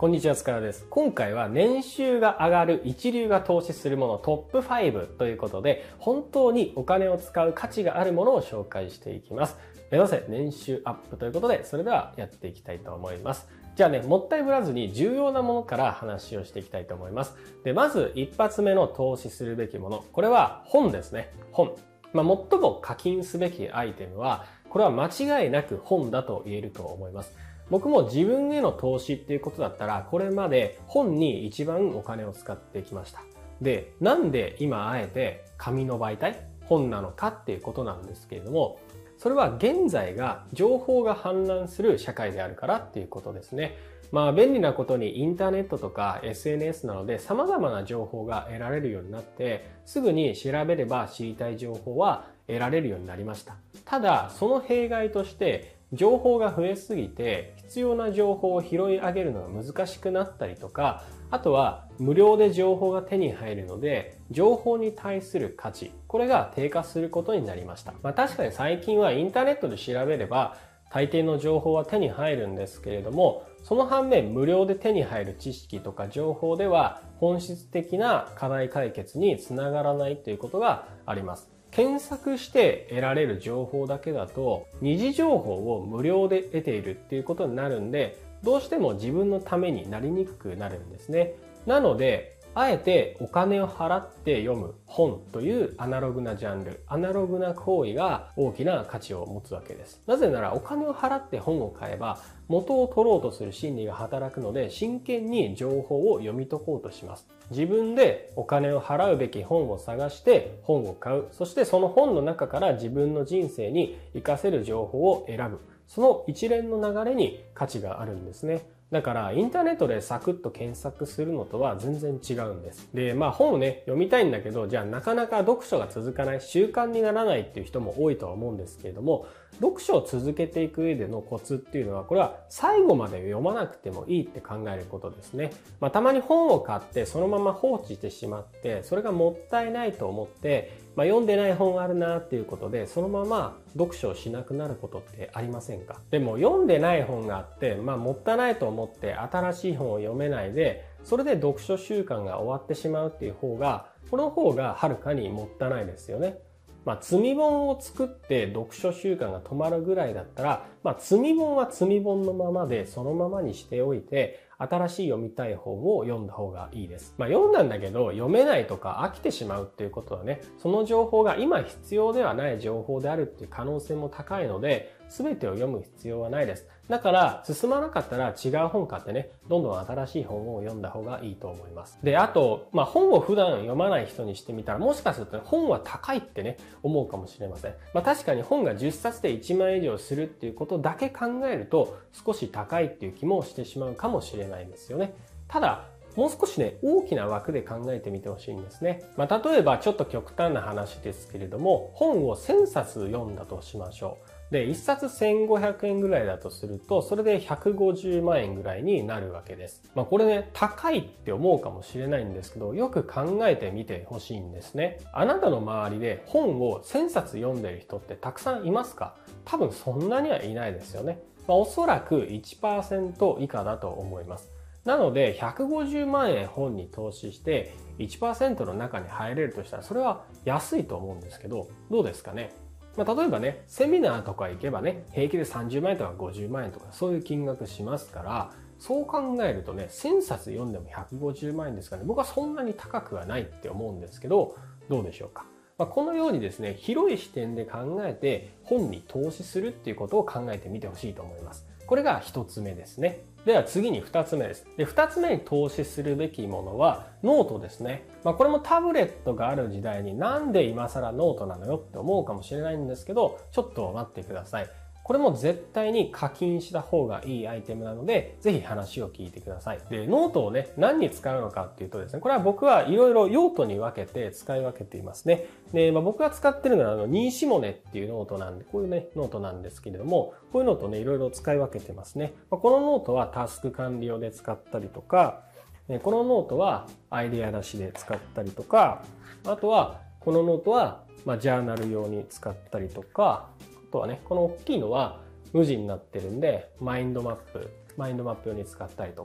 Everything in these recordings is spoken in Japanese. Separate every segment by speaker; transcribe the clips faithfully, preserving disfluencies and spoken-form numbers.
Speaker 1: こんにちは、塚田です。今回は年収が上がる一流が投資するものトップファイブということで、本当にお金を使う価値があるものを紹介していきます。目指せ年収アップということで、それではやっていきたいと思います。じゃあね、もったいぶらずに重要なものから話をしていきたいと思います。で、まず一発目の投資するべきもの。これは本ですね。本。まあ、最も課金すべきアイテムは、これは間違いなく本だと言えると思います。僕も自分への投資っていうことだったら、これまで本に一番お金を使ってきました。で、なんで今あえて紙の媒体、本なのかっていうことなんですけれども、それは現在が情報が氾濫する社会であるからっていうことですね。まあ便利なことにインターネットとか エスエヌエス なので様々な情報が得られるようになって、すぐに調べれば知りたい情報は得られるようになりました。ただ、その弊害として情報が増えすぎて必要な情報を拾い上げるのが難しくなったりとか、あとは無料で情報が手に入るので情報に対する価値、これが低下することになりました。まあ確かに最近はインターネットで調べれば大抵の情報は手に入るんですけれども、その反面無料で手に入る知識とか情報では本質的な課題解決につながらないということがあります。検索して得られる情報だけだと二次情報を無料で得ているっていうことになるんで、どうしても自分のためになりにくくなるんですね。なのであえてお金を払って読む本というアナログなジャンル、アナログな行為が大きな価値を持つわけです。なぜならお金を払って本を買えば元を取ろうとする心理が働くので、真剣に情報を読み解こうとします。自分でお金を払うべき本を探して本を買う。そしてその本の中から自分の人生に活かせる情報を選ぶ。その一連の流れに価値があるんですね。だからインターネットでサクッと検索するのとは全然違うんです。で、まあ本をね、読みたいんだけど、じゃあなかなか読書が続かない、習慣にならないっていう人も多いとは思うんですけれども、読書を続けていく上でのコツっていうのは、これは最後まで読まなくてもいいって考えることですね。まあたまに本を買ってそのまま放置してしまって、それがもったいないと思って、まあ読んでない本あるなっていうことで、そのまま読書をしなくなることってありませんか？でも読んでない本があって、まあもったいないと思って新しい本を読めないで、それで読書習慣が終わってしまうっていう方が、この方がはるかにもったいないですよね。まあ、積み本を作って読書習慣が止まるぐらいだったら、まあ、積み本は積み本のままでそのままにしておいて、新しい読みたい本を読んだ方がいいです。まあ、読んだんだけど読めないとか飽きてしまうっていうことはね、その情報が今必要ではない情報であるっていう可能性も高いので、全てを読む必要はないです。だから進まなかったら違う本買ってね、どんどん新しい本を読んだ方がいいと思います。で、あと、まあ本を普段読まない人にしてみたら、もしかすると、ね、本は高いってね、思うかもしれません。まあ確かに本がじゅっさつでいちまんえん以上するっていうことだけ考えると、少し高いっていう気もしてしまうかもしれないんですよね。ただ、もう少しね、大きな枠で考えてみてほしいんですね。まあ例えばちょっと極端な話ですけれども、本をせんさつ読んだとしましょう。で、いっさつせんごひゃくえんぐらいだとすると、それでひゃくごじゅうまんえんぐらいになるわけです。まあこれね、高いって思うかもしれないんですけど、よく考えてみてほしいんですね。あなたの周りで本をせんさつ読んでる人ってたくさんいますか？多分そんなにはいないですよね。まあおそらく いちパーセント 以下だと思います。なので、ひゃくごじゅうまんえん本に投資して いちパーセント の中に入れるとしたら、それは安いと思うんですけど、どうですかね？まあ、例えばね、セミナーとか行けばね、平気でさんじゅうまんえんとかごじゅうまんえんとかそういう金額しますから、そう考えるとね、せんさつ読んでもひゃくごじゅうまんえんですからね、僕はそんなに高くはないって思うんですけど、どうでしょうか。まあ、このようにですね、広い視点で考えて本に投資するっていうことを考えてみてほしいと思います。これが一つ目ですね。では次に二つ目です。で、二つ目に投資するべきものはノートですね。まあこれもタブレットがある時代になんで今更ノートなのよって思うかもしれないんですけど、ちょっと待ってください。これも絶対に課金した方がいいアイテムなので、ぜひ話を聞いてください。で、ノートをね、何に使うのかっていうとですね、これは僕はいろいろ用途に分けて使い分けていますね。で、まあ、僕が使ってるのはあの、ニーシモネっていうノートなんで、こういうね、ノートなんですけれども、こういうノートね、いろいろ使い分けてますね。まあ、このノートはタスク管理用で使ったりとか、このノートはアイデア出しで使ったりとか、あとはこのノートはまあジャーナル用に使ったりとか、あとはね、この大きいのは無地になってるんで、マインドマップ、マインドマップ用に使ったりとか、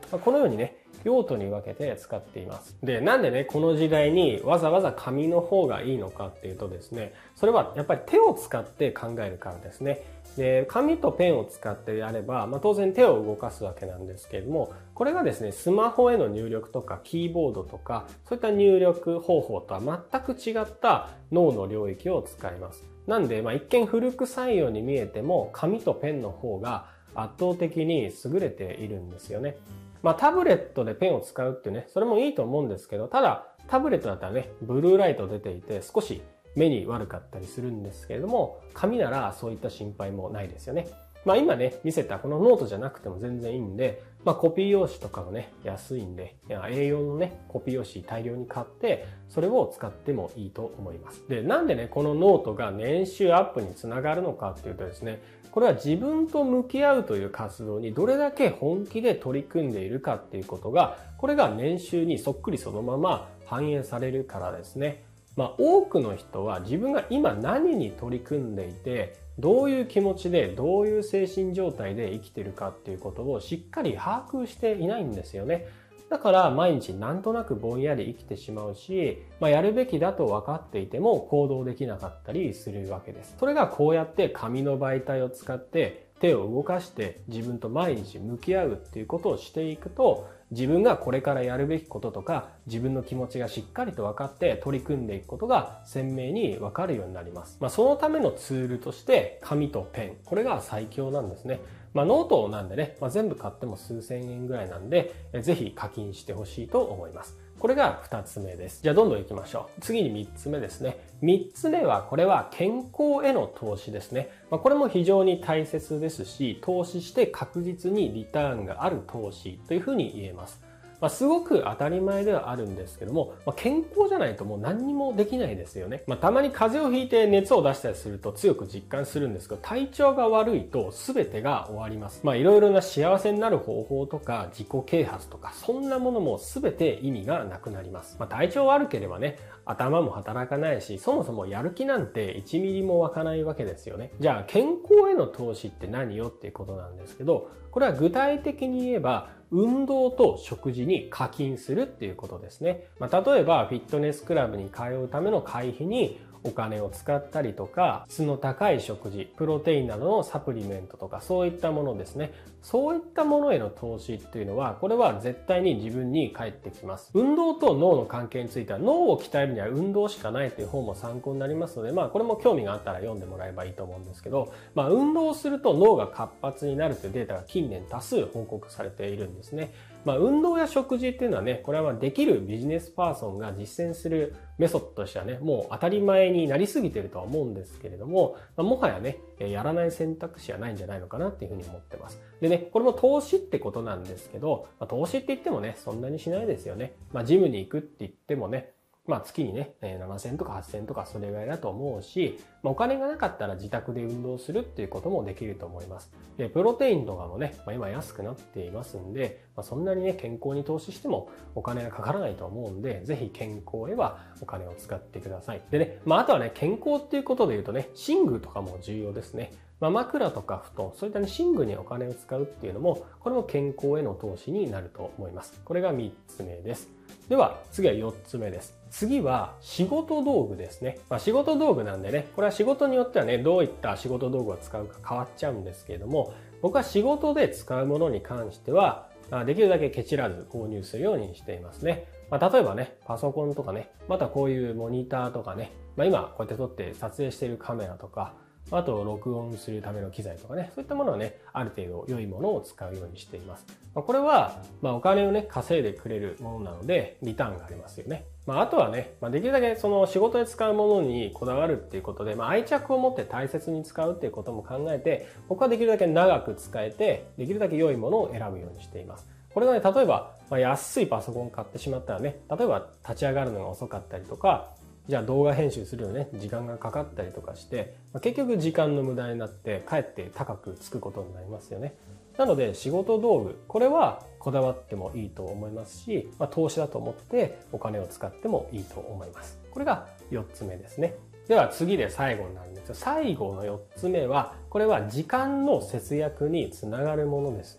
Speaker 1: このようにね、用途に分けて使っています。で、なんでね、この時代にわざわざ紙の方がいいのかっていうとですね、それはやっぱり手を使って考えるからですね。で、紙とペンを使ってやれば、まあ、当然手を動かすわけなんですけれども、これがですね、スマホへの入力とかキーボードとか、そういった入力方法とは全く違った脳の領域を使います。なんで、まあ、一見古臭いように見えても、紙とペンの方が圧倒的に優れているんですよね。まあタブレットでペンを使うっていうね、それもいいと思うんですけど、ただタブレットだったらね、ブルーライト出ていて少し目に悪かったりするんですけれども、紙ならそういった心配もないですよね。まあ今ね、見せたこのノートじゃなくても全然いいんで、まあコピー用紙とかもね、安いんで、エーよん のね、コピー用紙大量に買って、それを使ってもいいと思います。で、なんでね、このノートが年収アップにつながるのかっていうとですね、これは自分と向き合うという活動にどれだけ本気で取り組んでいるかっていうことが、これが年収にそっくりそのまま反映されるからですね。まあ多くの人は自分が今何に取り組んでいて、どういう気持ちでどういう精神状態で生きてるかっていうことをしっかり把握していないんですよね。だから毎日なんとなくぼんやり生きてしまうし、まあ、やるべきだと分かっていても行動できなかったりするわけです。それがこうやって紙の媒体を使って手を動かして自分と毎日向き合うっていうことをしていくと、自分がこれからやるべきこととか自分の気持ちがしっかりと分かって取り組んでいくことが鮮明に分かるようになります。まあ、そのためのツールとして紙とペン、これが最強なんですね。まあ、ノートなんでね、まあ、全部買っても数千円ぐらいなんで、ぜひ課金してほしいと思います。これがふたつめです。じゃあどんどん行きましょう。次にみっつめですね。みっつめは、これは健康への投資ですね。まあ、これも非常に大切ですし、投資して確実にリターンがある投資というふうに言えます。まあ、すごく当たり前ではあるんですけども、まあ、健康じゃないともう何にもできないですよね。まあ、たまに風邪をひいて熱を出したりすると強く実感するんですけど、体調が悪いと全てが終わります。まあいろいろな幸せになる方法とか自己啓発とかそんなものも全て意味がなくなります。まあ体調悪ければね、頭も働かないし、そもそもやる気なんていちミリも湧かないわけですよね。じゃあ健康への投資って何よっていうことなんですけど、これは具体的に言えば運動と食事に課金するっていうことですね。まあ、例えばフィットネスクラブに通うための会費にお金を使ったりとか、質の高い食事、プロテインなどのサプリメントとかそういったものですね。そういったものへの投資っていうのは、これは絶対に自分に返ってきます。運動と脳の関係については、脳を鍛えるには運動しかないという本も参考になりますので、まあこれも興味があったら読んでもらえばいいと思うんですけど、まあ運動をすると脳が活発になるというデータが近年多数報告されているんですね。まあ運動や食事っていうのはね、これはできるビジネスパーソンが実践するメソッドとしてはね、もう当たり前になりすぎているとは思うんですけれども、まあ、もはやね、やらない選択肢はないんじゃないのかなっていうふうに思ってます。でね、これも投資ってことなんですけど、まあ、投資って言ってもね、そんなにしないですよね。まあジムに行くって言ってもね、まあ月にね、ななせんとかはっせんとかそれぐらいだと思うし、まあ、お金がなかったら自宅で運動するっていうこともできると思います。で、プロテインとかもね、まあ、今安くなっていますんで、まあ、そんなにね、健康に投資してもお金がかからないと思うんで、ぜひ健康へはお金を使ってください。でね、まああとはね、健康っていうことで言うとね、寝具とかも重要ですね。まあ、枕とか布団、そういったね、寝具にお金を使うっていうのも、これも健康への投資になると思います。これがみっつめです。では次はよっつめです。次は仕事道具ですね。まあ、仕事道具なんでね、これは仕事によってはね、どういった仕事道具を使うか変わっちゃうんですけれども、僕は仕事で使うものに関しては、できるだけケチらず購入するようにしていますね。まあ、例えばね、パソコンとかね、またこういうモニターとかね、まあ、今こうやって撮って撮影しているカメラとか、あと録音するための機材とかね、そういったものはね、ある程度良いものを使うようにしています。まあ、これは、まあ、お金をね、稼いでくれるものなので、リターンがありますよね。まあ、あとはね、まあ、できるだけその仕事で使うものにこだわるっていうことで、まあ、愛着を持って大切に使うっていうことも考えて、僕はできるだけ長く使えて、できるだけ良いものを選ぶようにしています。これがね、例えば、まあ、安いパソコン買ってしまったらね、例えば立ち上がるのが遅かったりとか、じゃあ動画編集するよね、時間がかかったりとかして、まあ、結局時間の無駄になってかえって高くつくことになりますよね。なので仕事道具、これはこだわってもいいと思いますし、まあ、投資だと思ってお金を使ってもいいと思います。これがよっつめですね。では次で最後になるんですが、最後のよっつめは、これは時間の節約につながるものですね。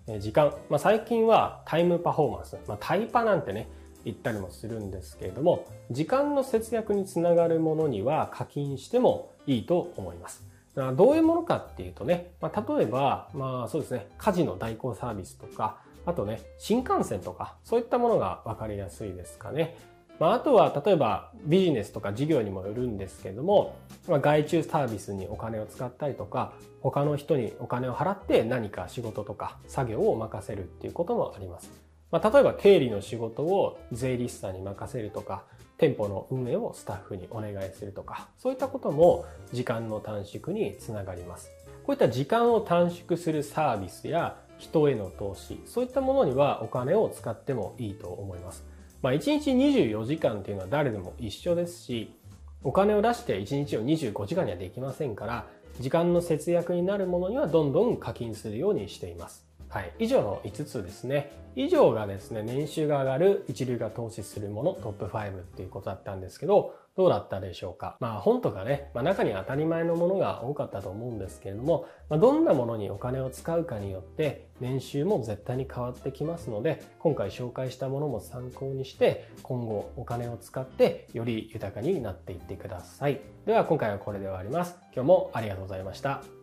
Speaker 1: 時間、まあ、最近はタイムパフォーマンス、まあ、タイパなんてね言ったりもするんですけれども、時間の節約につながるものには課金してもいいと思います。どういうものかっていうとね、まあ、例えば、まあそうですね、家事の代行サービスとか、あとね、新幹線とか、そういったものが分かりやすいですかね。まあ、あとは、例えばビジネスとか事業にもよるんですけれども、まあ、外注サービスにお金を使ったりとか、他の人にお金を払って何か仕事とか作業を任せるっていうこともあります。まあ、例えば経理の仕事を税理士さんに任せるとか、店舗の運営をスタッフにお願いするとか、そういったことも時間の短縮につながります。こういった時間を短縮するサービスや人への投資、そういったものにはお金を使ってもいいと思います。まあいちにちにじゅうよじかんっていうのは誰でも一緒ですし、お金を出していちにちをにじゅうごじかんにはできませんから、時間の節約になるものにはどんどん課金するようにしています。はい。以上のいつつですね。以上がですね、年収が上がる一流が投資するものトップファイブっていうことだったんですけど、どうだったでしょうか。まあ本とかね、まあ中には当たり前のものが多かったと思うんですけれども、まあ、どんなものにお金を使うかによって年収も絶対に変わってきますので、今回紹介したものも参考にして今後お金を使ってより豊かになっていってください。では今回はこれで終わります。今日もありがとうございました。